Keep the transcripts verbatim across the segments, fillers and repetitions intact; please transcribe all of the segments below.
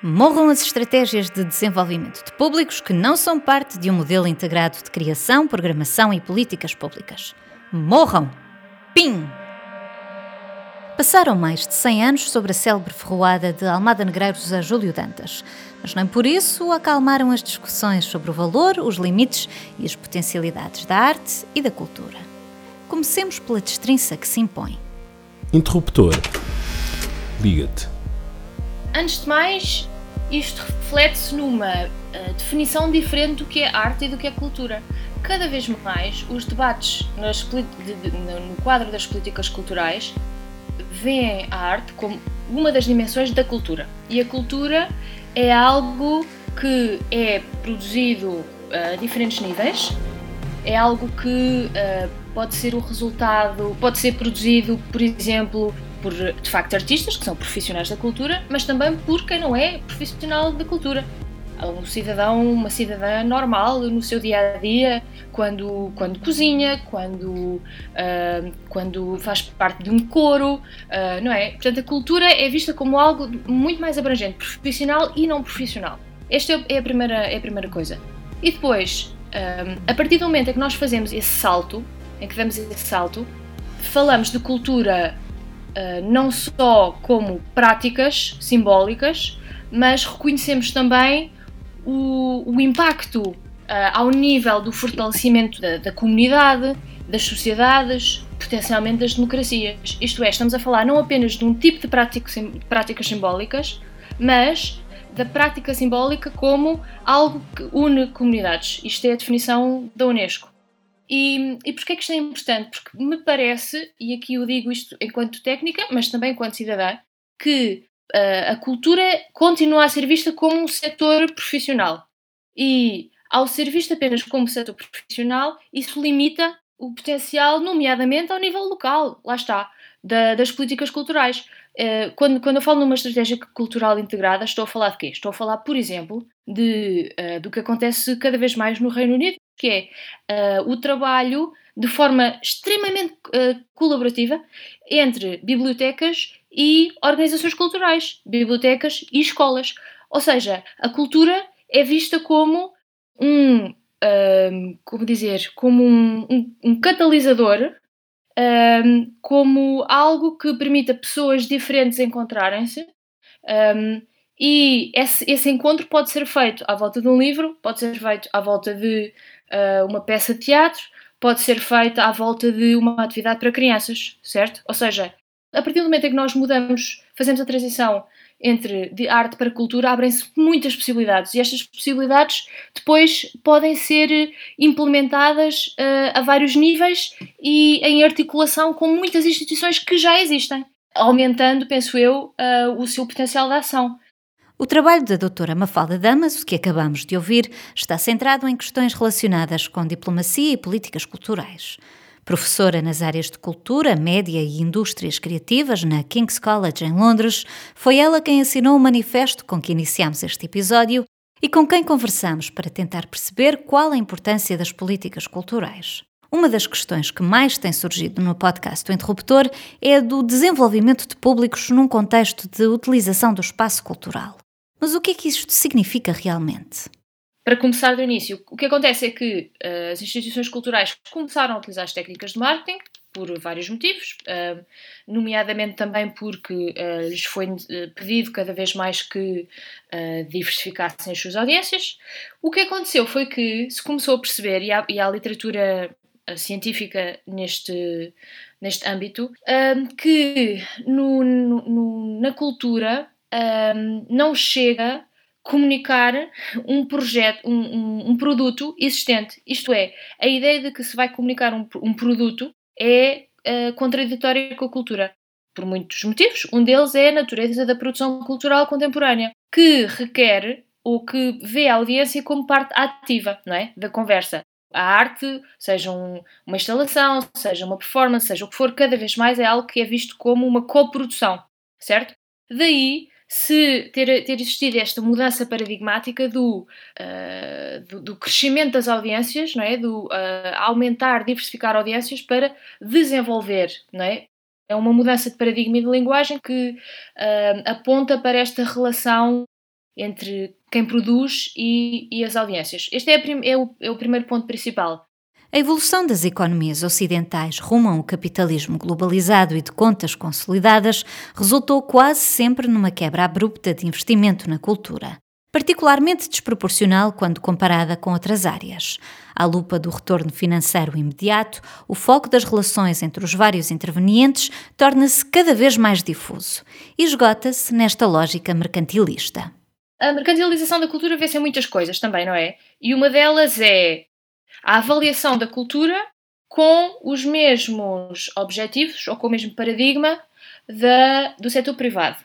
Morram as estratégias de desenvolvimento de públicos que não são parte de um modelo integrado de criação, programação e políticas públicas. Morram! Pim! Passaram mais de cem anos sobre a célebre ferroada de Almada Negreiros a Júlio Dantas, mas nem por isso acalmaram as discussões sobre o valor, os limites e as potencialidades da arte e da cultura. Comecemos pela destrinça que se impõe. Interruptor. Liga-te. Antes de mais, isto reflete-se numa uh, definição diferente do que é arte e do que é cultura. Cada vez mais, os debates nas, de, de, no quadro das políticas culturais veem a arte como uma das dimensões da cultura. E a cultura é algo que é produzido a diferentes níveis, é algo que uh, pode ser o resultado, pode ser produzido, por exemplo, por, de facto, artistas que são profissionais da cultura, mas também por quem não é profissional da cultura. Um cidadão, uma cidadã normal no seu dia-a-dia, quando, quando cozinha, quando, uh, quando faz parte de um coro, uh, não é? Portanto, a cultura é vista como algo muito mais abrangente, profissional e não profissional. Esta é a primeira, é a primeira coisa. E depois, um, a partir do momento em que nós fazemos esse salto, em que damos esse salto, falamos de cultura Uh, não só como práticas simbólicas, mas reconhecemos também o, o impacto uh, ao nível do fortalecimento da, da comunidade, das sociedades, potencialmente das democracias. Isto é, estamos a falar não apenas de um tipo de prático, sim, práticas simbólicas, mas da prática simbólica como algo que une comunidades. Isto é a definição da Unesco. E, e porquê é que isto é importante? Porque me parece, e aqui eu digo isto enquanto técnica, mas também enquanto cidadã, que uh, a cultura continua a ser vista como um setor profissional. E ao ser vista apenas como um setor profissional, isso limita o potencial, nomeadamente ao nível local, lá está, da, das políticas culturais. Uh, quando, quando eu falo numa estratégia cultural integrada, estou a falar de quê? Estou a falar, por exemplo, de, uh, do que acontece cada vez mais no Reino Unido, que é uh, o trabalho de forma extremamente uh, colaborativa entre bibliotecas e organizações culturais, bibliotecas e escolas. Ou seja, a cultura é vista como um, uh, como dizer, como um, um, um catalisador, um, como algo que permite a pessoas diferentes encontrarem-se. Um, e esse, esse encontro pode ser feito à volta de um livro, pode ser feito à volta de uh, uma peça de teatro, pode ser feito à volta de uma atividade para crianças, certo? Ou seja, a partir do momento em que nós mudamos, fazemos a transição entre de arte para cultura, abrem-se muitas possibilidades e estas possibilidades depois podem ser implementadas uh, a vários níveis e em articulação com muitas instituições que já existem, aumentando, penso eu, uh, o seu potencial de ação. O trabalho da doutora Mafalda Damaso, que acabamos de ouvir, está centrado em questões relacionadas com diplomacia e políticas culturais. Professora nas áreas de cultura, média e indústrias criativas na King's College em Londres, foi ela quem assinou o manifesto com que iniciamos este episódio e com quem conversamos para tentar perceber qual a importância das políticas culturais. Uma das questões que mais tem surgido no podcast O Interruptor é a do desenvolvimento de públicos num contexto de utilização do espaço cultural. Mas o que é que isto significa realmente? Para começar do início, o que acontece é que uh, as instituições culturais começaram a utilizar as técnicas de marketing por vários motivos, uh, nomeadamente também porque uh, lhes foi uh, pedido cada vez mais que uh, diversificassem as suas audiências. O que aconteceu foi que se começou a perceber, e há, e há literatura uh, científica neste, neste âmbito, uh, que no, no, no, na cultura uh, não chega comunicar um projeto, um, um, um produto existente. Isto é, a ideia de que se vai comunicar um, um produto é uh, contraditória com a cultura. Por muitos motivos. Um deles é a natureza da produção cultural contemporânea, que requer ou que vê a audiência como parte ativa, não é, da conversa. A arte, seja um, uma instalação, seja uma performance, seja o que for, cada vez mais é algo que é visto como uma coprodução, certo? Daí se ter, ter existido esta mudança paradigmática do, uh, do, do crescimento das audiências, não é? Do uh, aumentar, diversificar audiências para desenvolver, não é? É uma mudança de paradigma e de linguagem que uh, aponta para esta relação entre quem produz e, e as audiências. Este é, a prim- é, o, é o primeiro ponto principal. A evolução das economias ocidentais rumo a um capitalismo globalizado e de contas consolidadas resultou quase sempre numa quebra abrupta de investimento na cultura, particularmente desproporcional quando comparada com outras áreas. À lupa do retorno financeiro imediato, o foco das relações entre os vários intervenientes torna-se cada vez mais difuso e esgota-se nesta lógica mercantilista. A mercantilização da cultura vê-se em muitas coisas também, não é? E uma delas é a avaliação da cultura com os mesmos objetivos ou com o mesmo paradigma da, do setor privado.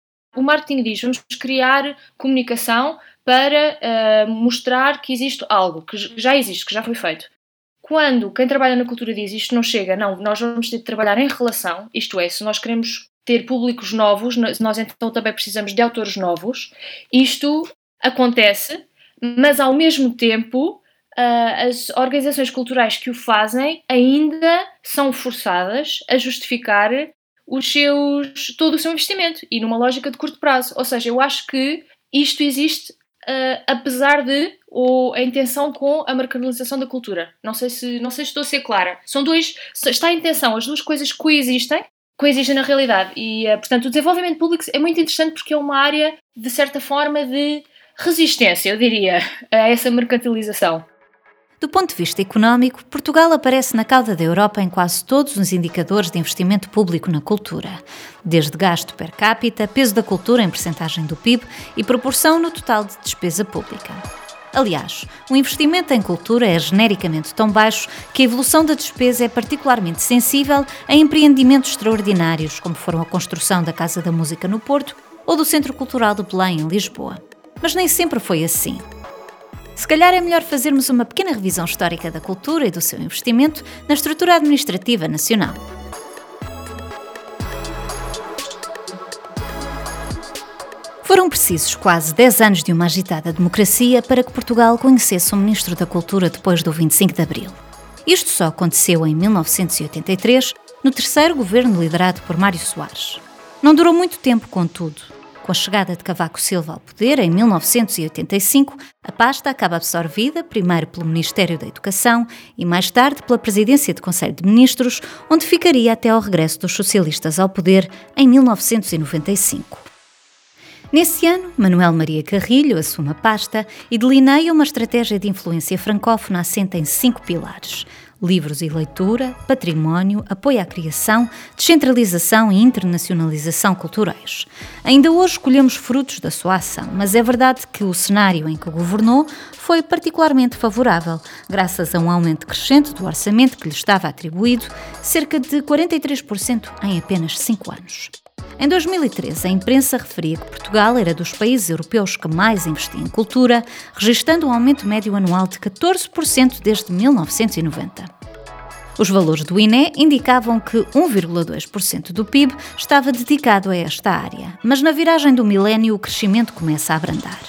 O marketing diz, vamos criar comunicação para uh, mostrar que existe algo, que já existe, que já foi feito. Quando quem trabalha na cultura diz isto não chega, não, nós vamos ter de trabalhar em relação, isto é, se nós queremos ter públicos novos, nós então também precisamos de autores novos, isto acontece, mas ao mesmo tempo uh, as organizações culturais que o fazem ainda são forçadas a justificar os seus, todo o seu investimento e numa lógica de curto prazo. Ou seja, eu acho que isto existe uh, apesar de ou a intenção com a mercantilização da cultura. Não sei se, não sei se estou a ser clara. São dois, está a intenção, as duas coisas coexistem, coexistem na realidade. E, uh, portanto, o desenvolvimento público é muito interessante porque é uma área, de certa forma, de resistência, eu diria, a essa mercantilização. Do ponto de vista económico, Portugal aparece na cauda da Europa em quase todos os indicadores de investimento público na cultura, desde gasto per capita, peso da cultura em percentagem do P I B e proporção no total de despesa pública. Aliás, o investimento em cultura é genericamente tão baixo que a evolução da despesa é particularmente sensível a empreendimentos extraordinários, como foram a construção da Casa da Música no Porto ou do Centro Cultural do Belém, em Lisboa. Mas nem sempre foi assim. Se calhar é melhor fazermos uma pequena revisão histórica da cultura e do seu investimento na estrutura administrativa nacional. Foram precisos quase dez anos de uma agitada democracia para que Portugal conhecesse o Ministro da Cultura depois do vinte e cinco de Abril. Isto só aconteceu em mil novecentos e oitenta e três, no terceiro governo liderado por Mário Soares. Não durou muito tempo, contudo. Com a chegada de Cavaco Silva ao poder, em mil novecentos e oitenta e cinco, a pasta acaba absorvida primeiro pelo Ministério da Educação e mais tarde pela Presidência do Conselho de Ministros, onde ficaria até ao regresso dos socialistas ao poder em mil novecentos e noventa e cinco. Nesse ano, Manuel Maria Carrilho assume a pasta e delineia uma estratégia de influência francófona assente em cinco pilares: livros e leitura, património, apoio à criação, descentralização e internacionalização culturais. Ainda hoje colhemos frutos da sua ação, mas é verdade que o cenário em que governou foi particularmente favorável, graças a um aumento crescente do orçamento que lhe estava atribuído, cerca de quarenta e três por cento em apenas cinco anos. Em dois mil e treze, a imprensa referia que Portugal era dos países europeus que mais investia em cultura, registando um aumento médio anual de catorze por cento desde mil novecentos e noventa. Os valores do I N E indicavam que um vírgula dois por cento do P I B estava dedicado a esta área, mas na viragem do milénio o crescimento começa a abrandar.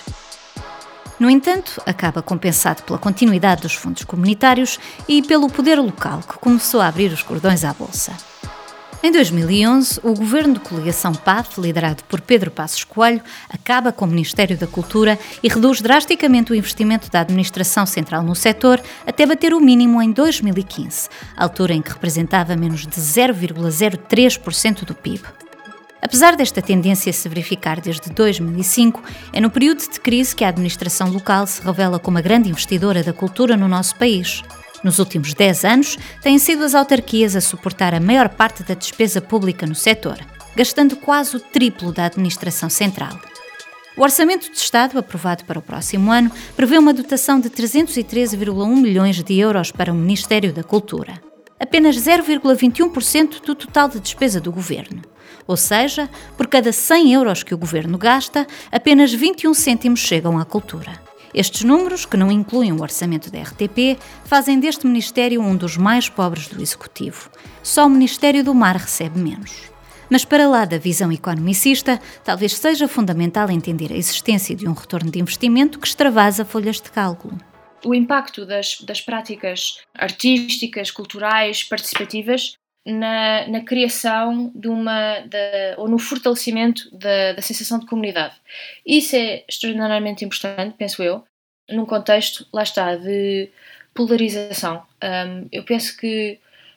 No entanto, acaba compensado pela continuidade dos fundos comunitários e pelo poder local, que começou a abrir os cordões à bolsa. Em dois mil e onze, o governo de coligação P A F, liderado por Pedro Passos Coelho, acaba com o Ministério da Cultura e reduz drasticamente o investimento da administração central no setor até bater o mínimo em dois mil e quinze, altura em que representava menos de zero vírgula zero três por cento do P I B. Apesar desta tendência se verificar desde dois mil e cinco, é no período de crise que a administração local se revela como a grande investidora da cultura no nosso país. Nos últimos dez anos, têm sido as autarquias a suportar a maior parte da despesa pública no setor, gastando quase o triplo da administração central. O Orçamento de Estado, aprovado para o próximo ano, prevê uma dotação de trezentos e treze vírgula um milhões de euros para o Ministério da Cultura, apenas zero vírgula vinte e um por cento do total de despesa do Governo. Ou seja, por cada cem euros que o Governo gasta, apenas vinte e um cêntimos chegam à cultura. Estes números, que não incluem o orçamento da R T P, fazem deste Ministério um dos mais pobres do Executivo. Só o Ministério do Mar recebe menos. Mas para lá da visão economicista, talvez seja fundamental entender a existência de um retorno de investimento que extravasa folhas de cálculo. O impacto das, das práticas artísticas, culturais, participativas, na, na criação de uma, de, ou no fortalecimento da, da sensação de comunidade. Isso é extraordinariamente importante, penso eu, num contexto, lá está, de polarização. Um, eu penso que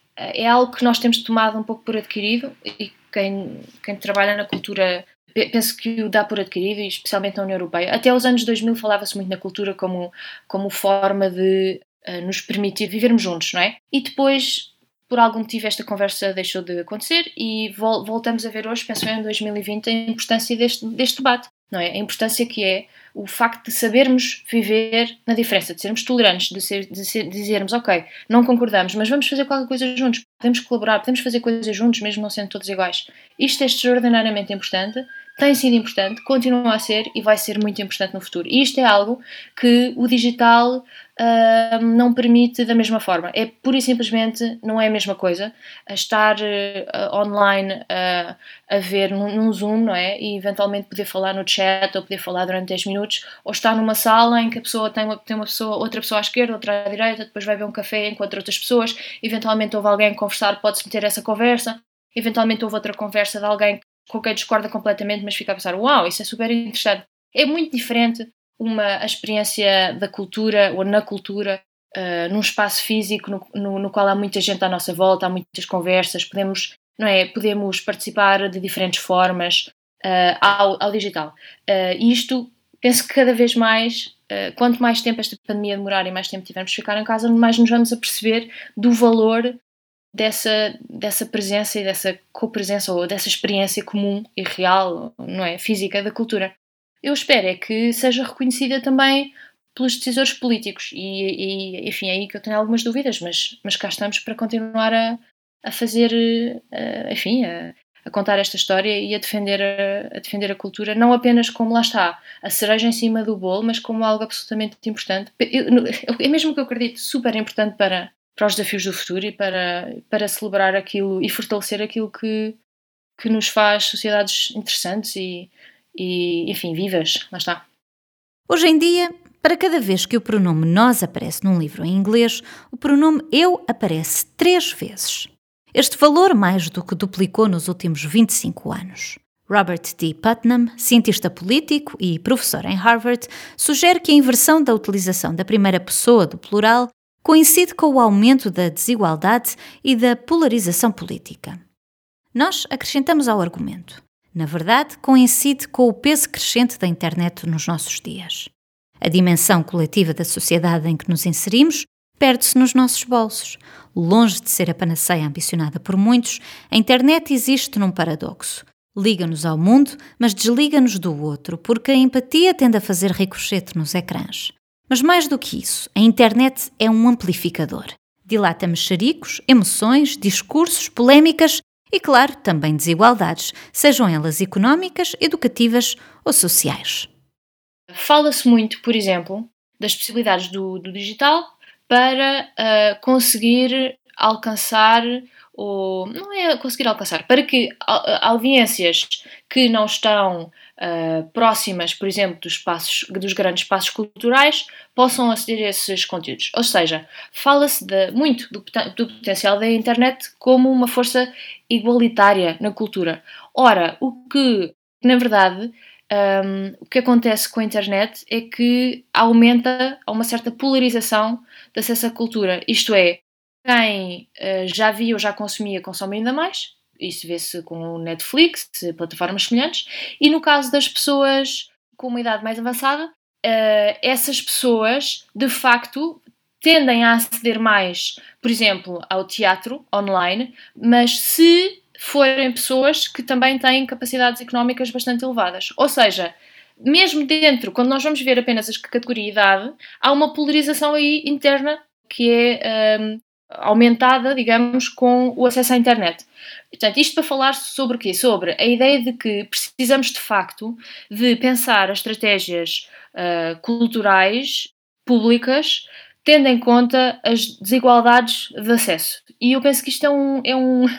é algo que nós temos tomado um pouco por adquirido, e quem, quem trabalha na cultura penso que o dá por adquirido, e especialmente na União Europeia. Até os anos dois mil falava-se muito na cultura como, como forma de uh, nos permitir vivermos juntos, não é? E depois, por algum motivo, esta conversa deixou de acontecer e vol- voltamos a ver hoje, penso eu, em dois mil e vinte, a importância deste, deste debate, não é? A importância que é o facto de sabermos viver na diferença, de sermos tolerantes, de, ser, de, ser, de dizermos, ok, não concordamos, mas vamos fazer qualquer coisa juntos, podemos colaborar, podemos fazer coisas juntos, mesmo não sendo todos iguais. Isto é extraordinariamente importante, tem sido importante, continua a ser e vai ser muito importante no futuro. E isto é algo que o digital uh, não permite da mesma forma. É pura e simplesmente, não é a mesma coisa. Estar uh, online uh, a ver num, num Zoom, não é? E eventualmente poder falar no chat ou poder falar durante dez minutos, ou estar numa sala em que a pessoa tem uma, tem uma pessoa, outra pessoa à esquerda, outra à direita, depois vai beber um café, encontra outras pessoas, eventualmente houve alguém a conversar, pode-se meter essa conversa, eventualmente houve outra conversa de alguém com quem discorda completamente, mas fica a pensar, uau, isso é super interessante. É muito diferente uma a experiência da cultura ou na cultura, uh, num espaço físico no, no, no qual há muita gente à nossa volta, há muitas conversas, podemos, não é, podemos participar de diferentes formas uh, ao, ao digital. Uh, e isto, penso que cada vez mais, uh, quanto mais tempo esta pandemia demorar e mais tempo tivermos de ficar em casa, mais nos vamos a perceber do valor dessa, dessa presença e dessa copresença ou dessa experiência comum e real, não é, física da cultura. Eu espero é que seja reconhecida também pelos decisores políticos e, e enfim, é aí que eu tenho algumas dúvidas, mas, mas cá estamos para continuar a, a fazer, uh, enfim, a, a contar esta história e a defender a, a defender a cultura, não apenas como, lá está, a cereja em cima do bolo, mas como algo absolutamente importante. Eu, é mesmo que eu acredito, super importante para para os desafios do futuro e para, para celebrar aquilo e fortalecer aquilo que, que nos faz sociedades interessantes e, e, enfim, vivas. Lá está. Hoje em dia, para cada vez que o pronome nós aparece num livro em inglês, o pronome eu aparece três vezes. Este valor mais do que duplicou nos últimos vinte e cinco anos. Robert D. Putnam, cientista político e professor em Harvard, sugere que a inversão da utilização da primeira pessoa do plural coincide com o aumento da desigualdade e da polarização política. Nós acrescentamos ao argumento. Na verdade, coincide com o peso crescente da internet nos nossos dias. A dimensão coletiva da sociedade em que nos inserimos perde-se nos nossos bolsos. Longe de ser a panaceia ambicionada por muitos, a internet existe num paradoxo. Liga-nos ao mundo, mas desliga-nos do outro, porque a empatia tende a fazer ricochete nos ecrãs. Mas mais do que isso, a internet é um amplificador. Dilata mexericos, emoções, discursos, polémicas e, claro, também desigualdades, sejam elas económicas, educativas ou sociais. Fala-se muito, por exemplo, das possibilidades do, do digital para uh, conseguir alcançar, ou não é conseguir alcançar, para que a, audiências que não estão uh, próximas, por exemplo, dos, espaços, dos grandes espaços culturais, possam aceder a esses conteúdos. Ou seja, fala-se de, muito do, do potencial da internet como uma força igualitária na cultura. Ora, o que, na verdade, um, o que acontece com a internet é que aumenta uma certa polarização de acesso à cultura. Isto é, quem uh, já via ou já consumia, consome ainda mais. Isso vê-se com o Netflix, plataformas semelhantes. E no caso das pessoas com uma idade mais avançada, uh, essas pessoas, de facto, tendem a aceder mais, por exemplo, ao teatro online, mas se forem pessoas que também têm capacidades económicas bastante elevadas. Ou seja, mesmo dentro, quando nós vamos ver apenas a categoria idade, há uma polarização aí interna que é um, aumentada, digamos, com o acesso à internet. Portanto, isto para falar sobre o quê? Sobre a ideia de que precisamos, de facto, de pensar as estratégias uh, culturais, públicas, tendo em conta as desigualdades de acesso. E eu penso que isto é um, é um,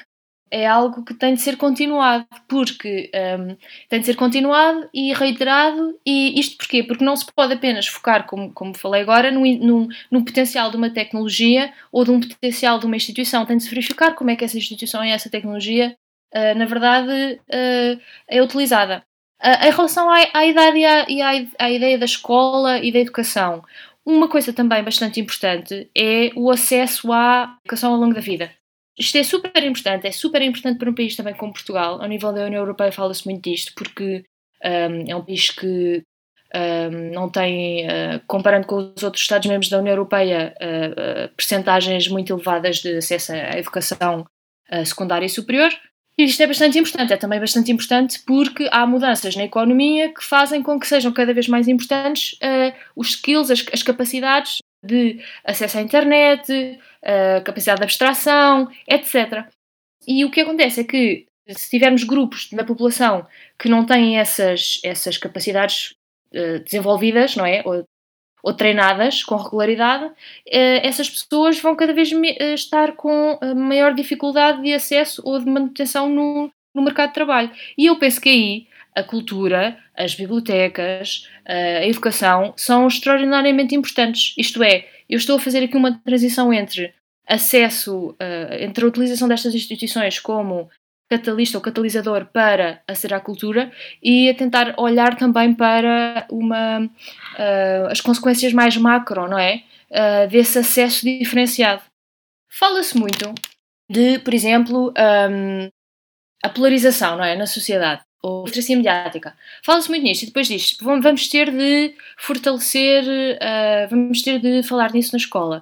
é algo que tem de ser continuado, porque um, tem de ser continuado e reiterado, e isto porquê? Porque não se pode apenas focar, como, como falei agora, no, no, no potencial de uma tecnologia ou de um potencial de uma instituição. Tem de se verificar como é que essa instituição e essa tecnologia, uh, na verdade, uh, é utilizada. Uh, em relação à, à idade e, à, e à, à ideia da escola e da educação, uma coisa também bastante importante é o acesso à educação ao longo da vida. Isto é super importante, é super importante para um país também como Portugal. Ao nível da União Europeia fala-se muito disto, porque um, é um país que um, não tem, uh, comparando com os outros Estados-membros da União Europeia, uh, uh, percentagens muito elevadas de acesso à educação uh, secundária e superior. E isto é bastante importante, é também bastante importante porque há mudanças na economia que fazem com que sejam cada vez mais importantes uh, os skills, as, as capacidades de acesso à internet, a capacidade de abstração, etcétera. E o que acontece é que, se tivermos grupos da população que não têm essas, essas capacidades uh, desenvolvidas, não é? Ou, ou treinadas com regularidade, uh, essas pessoas vão cada vez me, uh, estar com uh, maior dificuldade de acesso ou de manutenção no, no mercado de trabalho. E eu penso que aí a cultura, as bibliotecas, a educação são extraordinariamente importantes. Isto é, eu estou a fazer aqui uma transição entre acesso, entre a utilização destas instituições como catalista ou catalisador para aceder à cultura e a tentar olhar também para uma, as consequências mais macro, não é? Desse acesso diferenciado. Fala-se muito de, por exemplo, a polarização, não é? Na sociedade. Ou literacia mediática. Fala-se muito nisto e depois diz, vamos ter de fortalecer, uh, vamos ter de falar nisso na escola.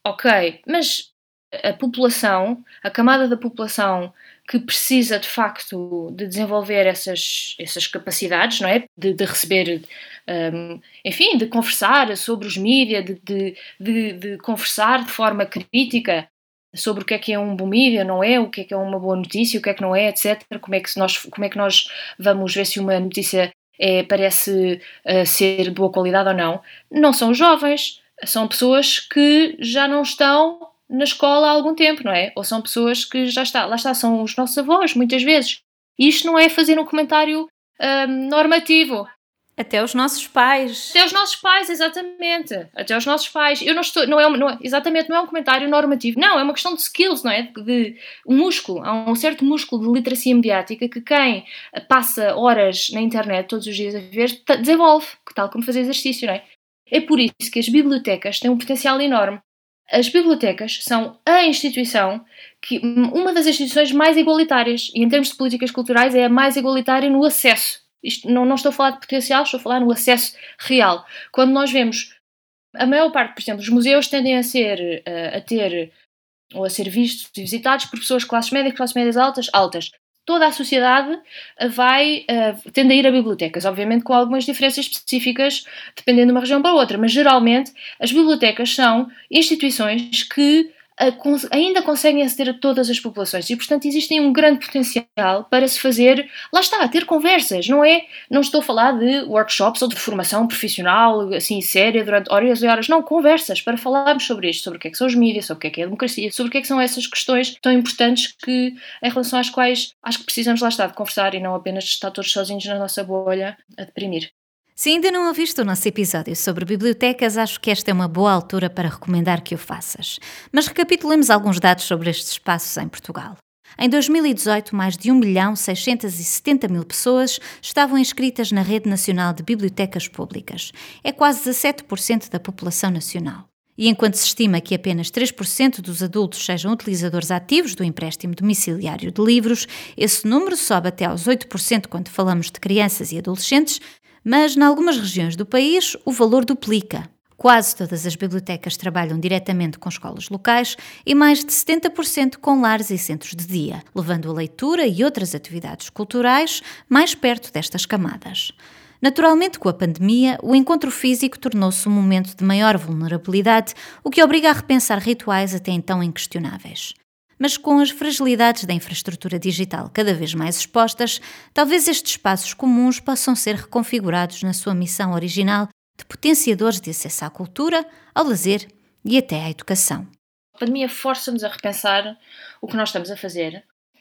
Ok, mas a população, a camada da população que precisa de facto de desenvolver essas, essas capacidades, não é? De, de receber, um, enfim, de conversar sobre os mídias, de, de, de, de conversar de forma crítica sobre o que é que é um bom mídia, não é? O que é que é uma boa notícia, o que é que não é, etcétera. Como é que nós, como é que nós vamos ver se uma notícia é, parece uh, ser de boa qualidade ou não? Não são jovens, são pessoas que já não estão na escola há algum tempo, não é? Ou são pessoas que já está, lá está, são os nossos avós, muitas vezes. E isto não é fazer um comentário um, normativo. Até os nossos pais. Até os nossos pais, exatamente. Até os nossos pais. Eu não estou, não é, não é, exatamente, não é um comentário normativo. Não, é uma questão de skills, não é? De, de um músculo. Há um certo músculo de literacia mediática que quem passa horas na internet todos os dias a ver, desenvolve, tal como fazer exercício, não é? É por isso que as bibliotecas têm um potencial enorme. As bibliotecas são a instituição, que, uma das instituições mais igualitárias. E em termos de políticas culturais é a mais igualitária no acesso. Isto, não, não estou a falar de potencial, estou a falar no acesso real. Quando nós vemos, a maior parte, por exemplo, os museus tendem a ser, uh, a ter, ou a ser vistos e visitados por pessoas de classes médias, classes médias altas, altas. Toda a sociedade vai, uh, tende a ir a bibliotecas, obviamente com algumas diferenças específicas, dependendo de uma região para outra, mas geralmente as bibliotecas são instituições que ainda conseguem aceder a todas as populações e, portanto, existe um grande potencial para se fazer, lá está, ter conversas, não é? Não estou a falar de workshops ou de formação profissional, assim, séria, durante horas e horas, não, conversas, para falarmos sobre isto, sobre o que é que são os mídias, sobre o que é que é a democracia, sobre o que é que são essas questões tão importantes que, em relação às quais acho que precisamos, lá está, de conversar e não apenas de estar todos sozinhos na nossa bolha a deprimir. Se ainda não ouviste o nosso episódio sobre bibliotecas, acho que esta é uma boa altura para recomendar que o faças. Mas recapitulemos alguns dados sobre estes espaços em Portugal. Em dois mil e dezoito, mais de um milhão seiscentos e setenta mil pessoas estavam inscritas na Rede Nacional de Bibliotecas Públicas. É quase dezassete por cento da população nacional. E enquanto se estima que apenas três por cento dos adultos sejam utilizadores ativos do empréstimo domiciliário de livros, esse número sobe até aos oito por cento quando falamos de crianças e adolescentes, mas, em algumas regiões do país, o valor duplica. Quase todas as bibliotecas trabalham diretamente com escolas locais e mais de setenta por cento com lares e centros de dia, levando a leitura e outras atividades culturais mais perto destas camadas. Naturalmente, com a pandemia, o encontro físico tornou-se um momento de maior vulnerabilidade, o que obriga a repensar rituais até então inquestionáveis. Mas com as fragilidades da infraestrutura digital cada vez mais expostas, talvez estes espaços comuns possam ser reconfigurados na sua missão original de potenciadores de acesso à cultura, ao lazer e até à educação. A pandemia força-nos a repensar o que nós estamos a fazer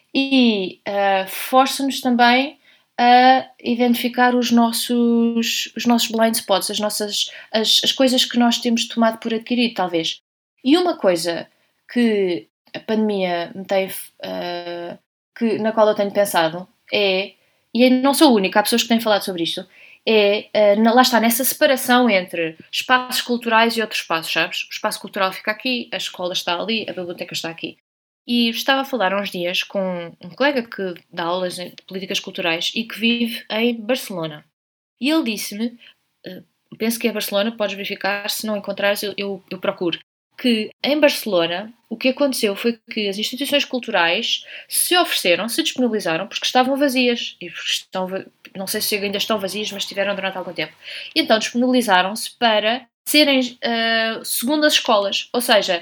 e uh, força-nos também a identificar os nossos, os nossos blind spots, as, nossas, as, as coisas que nós temos tomado por adquirido, talvez. E uma coisa que a pandemia me tem, uh, que, na qual eu tenho pensado é, e eu não sou a única, há pessoas que têm falado sobre isto, é, uh, lá está, nessa separação entre espaços culturais e outros espaços, sabes? O espaço cultural fica aqui, a escola está ali, a biblioteca está aqui. E estava a falar há uns dias com um colega que dá aulas de políticas culturais e que vive em Barcelona. E ele disse-me, uh, penso que é Barcelona, podes verificar, se não encontrares eu, eu, eu procuro, que em Barcelona o que aconteceu foi que as instituições culturais se ofereceram, se disponibilizaram, porque estavam vazias. E estão, não sei se ainda estão vazias, mas estiveram durante algum tempo. E então disponibilizaram-se para serem uh, segundas escolas, ou seja,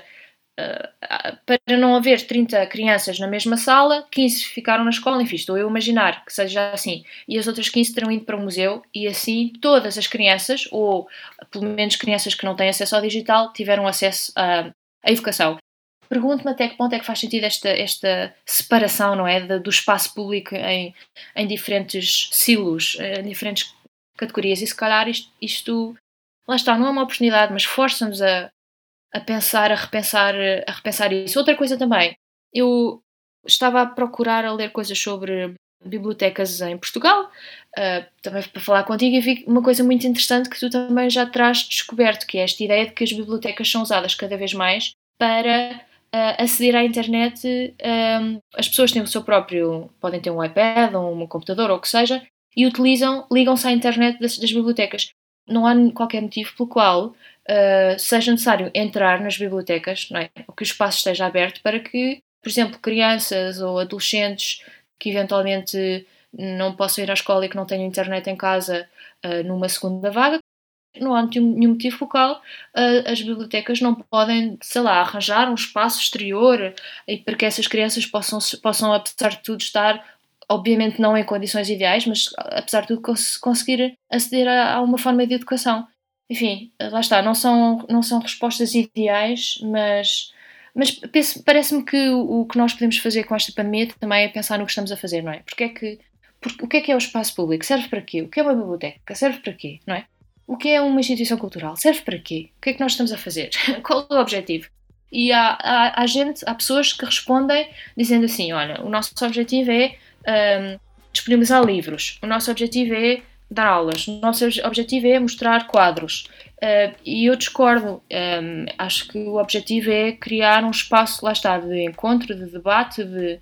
Uh, para não haver trinta crianças na mesma sala, quinze ficaram na escola, enfim, estou eu a imaginar que seja assim, e as outras quinze terão ido para o museu, e assim todas as crianças, ou pelo menos crianças que não têm acesso ao digital, tiveram acesso à, à educação. Pergunto-me até que ponto é que faz sentido esta, esta separação, não é, de, do espaço público em, em diferentes silos, em diferentes categorias, e se calhar isto, isto, lá está, não é uma oportunidade, mas força-nos a a pensar, a repensar, a repensar isso. Outra coisa também, eu estava a procurar a ler coisas sobre bibliotecas em Portugal, uh, também para falar contigo, e vi uma coisa muito interessante que tu também já terás descoberto, que é esta ideia de que as bibliotecas são usadas cada vez mais para uh, aceder à internet. Um, as pessoas têm o seu próprio, podem ter um iPad ou um computador ou o que seja, e utilizam, ligam-se à internet das, das bibliotecas. Não há qualquer motivo pelo qual uh, seja necessário entrar nas bibliotecas, não é? Ou que o espaço esteja aberto para que, por exemplo, crianças ou adolescentes que eventualmente não possam ir à escola e que não tenham internet em casa uh, numa segunda vaga, não há nenhum motivo pelo qual uh, as bibliotecas não podem, sei lá, arranjar um espaço exterior e para que essas crianças possam, possam, apesar de tudo, estar, obviamente não em condições ideais, mas apesar de tudo cons- conseguir aceder a, a uma forma de educação. Enfim, lá está, não são, não são respostas ideais, mas, mas penso, parece-me que o, o que nós podemos fazer com esta pandemia também é pensar no que estamos a fazer, não é? Porque é que, porque, o que é que é o espaço público? Serve para quê? O que é uma biblioteca? Serve para quê? Não é? O que é uma instituição cultural? Serve para quê? O que é que nós estamos a fazer? Qual é o objetivo? E há, há, há gente, há pessoas que respondem dizendo assim, olha, o nosso objetivo é Um, disponibilizar livros, o nosso objetivo é dar aulas, o nosso objetivo é mostrar quadros, uh, e eu discordo. Um, acho que o objetivo é criar um espaço, lá está, de encontro, de debate, de,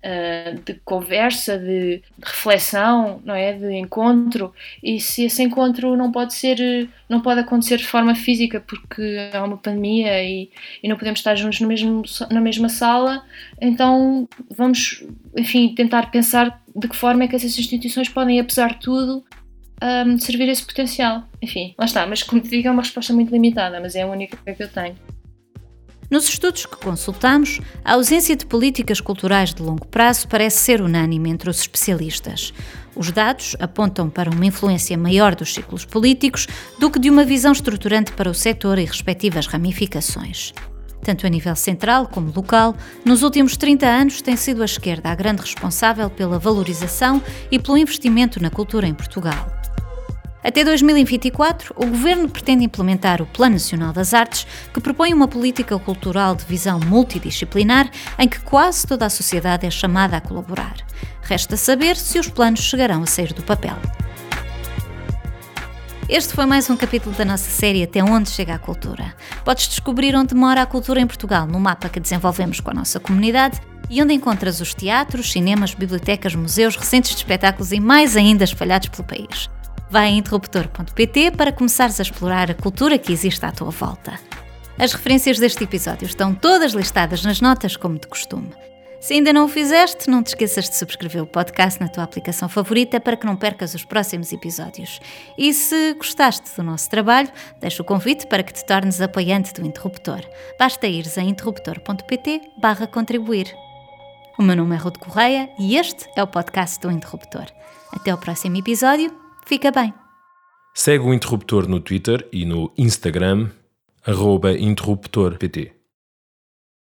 uh, de conversa, de, de reflexão, não é? De encontro, e se esse encontro não pode ser, não pode acontecer de forma física porque há uma pandemia e, e não podemos estar juntos no mesmo, na mesma sala, então vamos, enfim, tentar pensar de que forma é que essas instituições podem, apesar de tudo, um, servir esse potencial. Enfim, lá está, mas como te digo, é uma resposta muito limitada, mas é a única que eu tenho. Nos estudos que consultamos, a ausência de políticas culturais de longo prazo parece ser unânime entre os especialistas. Os dados apontam para uma influência maior dos ciclos políticos do que de uma visão estruturante para o setor e respectivas ramificações. Tanto a nível central como local, nos últimos trinta anos tem sido a esquerda a grande responsável pela valorização e pelo investimento na cultura em Portugal. Até dois mil e vinte e quatro, o Governo pretende implementar o Plano Nacional das Artes, que propõe uma política cultural de visão multidisciplinar em que quase toda a sociedade é chamada a colaborar. Resta saber se os planos chegarão a sair do papel. Este foi mais um capítulo da nossa série Até Onde Chega a Cultura. Podes descobrir onde mora a cultura em Portugal no mapa que desenvolvemos com a nossa comunidade e onde encontras os teatros, cinemas, bibliotecas, museus, recintos de espetáculos e mais ainda espalhados pelo país. Vai a interruptor ponto pt para começares a explorar a cultura que existe à tua volta. As referências deste episódio estão todas listadas nas notas, como de costume. Se ainda não o fizeste, não te esqueças de subscrever o podcast na tua aplicação favorita para que não percas os próximos episódios. E se gostaste do nosso trabalho, deixo o convite para que te tornes apoiante do Interruptor. Basta ires a interruptor ponto pt barra contribuir. O meu nome é Ruth Correia e este é o podcast do Interruptor. Até ao próximo episódio. Fica bem. Segue o Interruptor no Twitter e no Instagram, arroba interruptor ponto pt.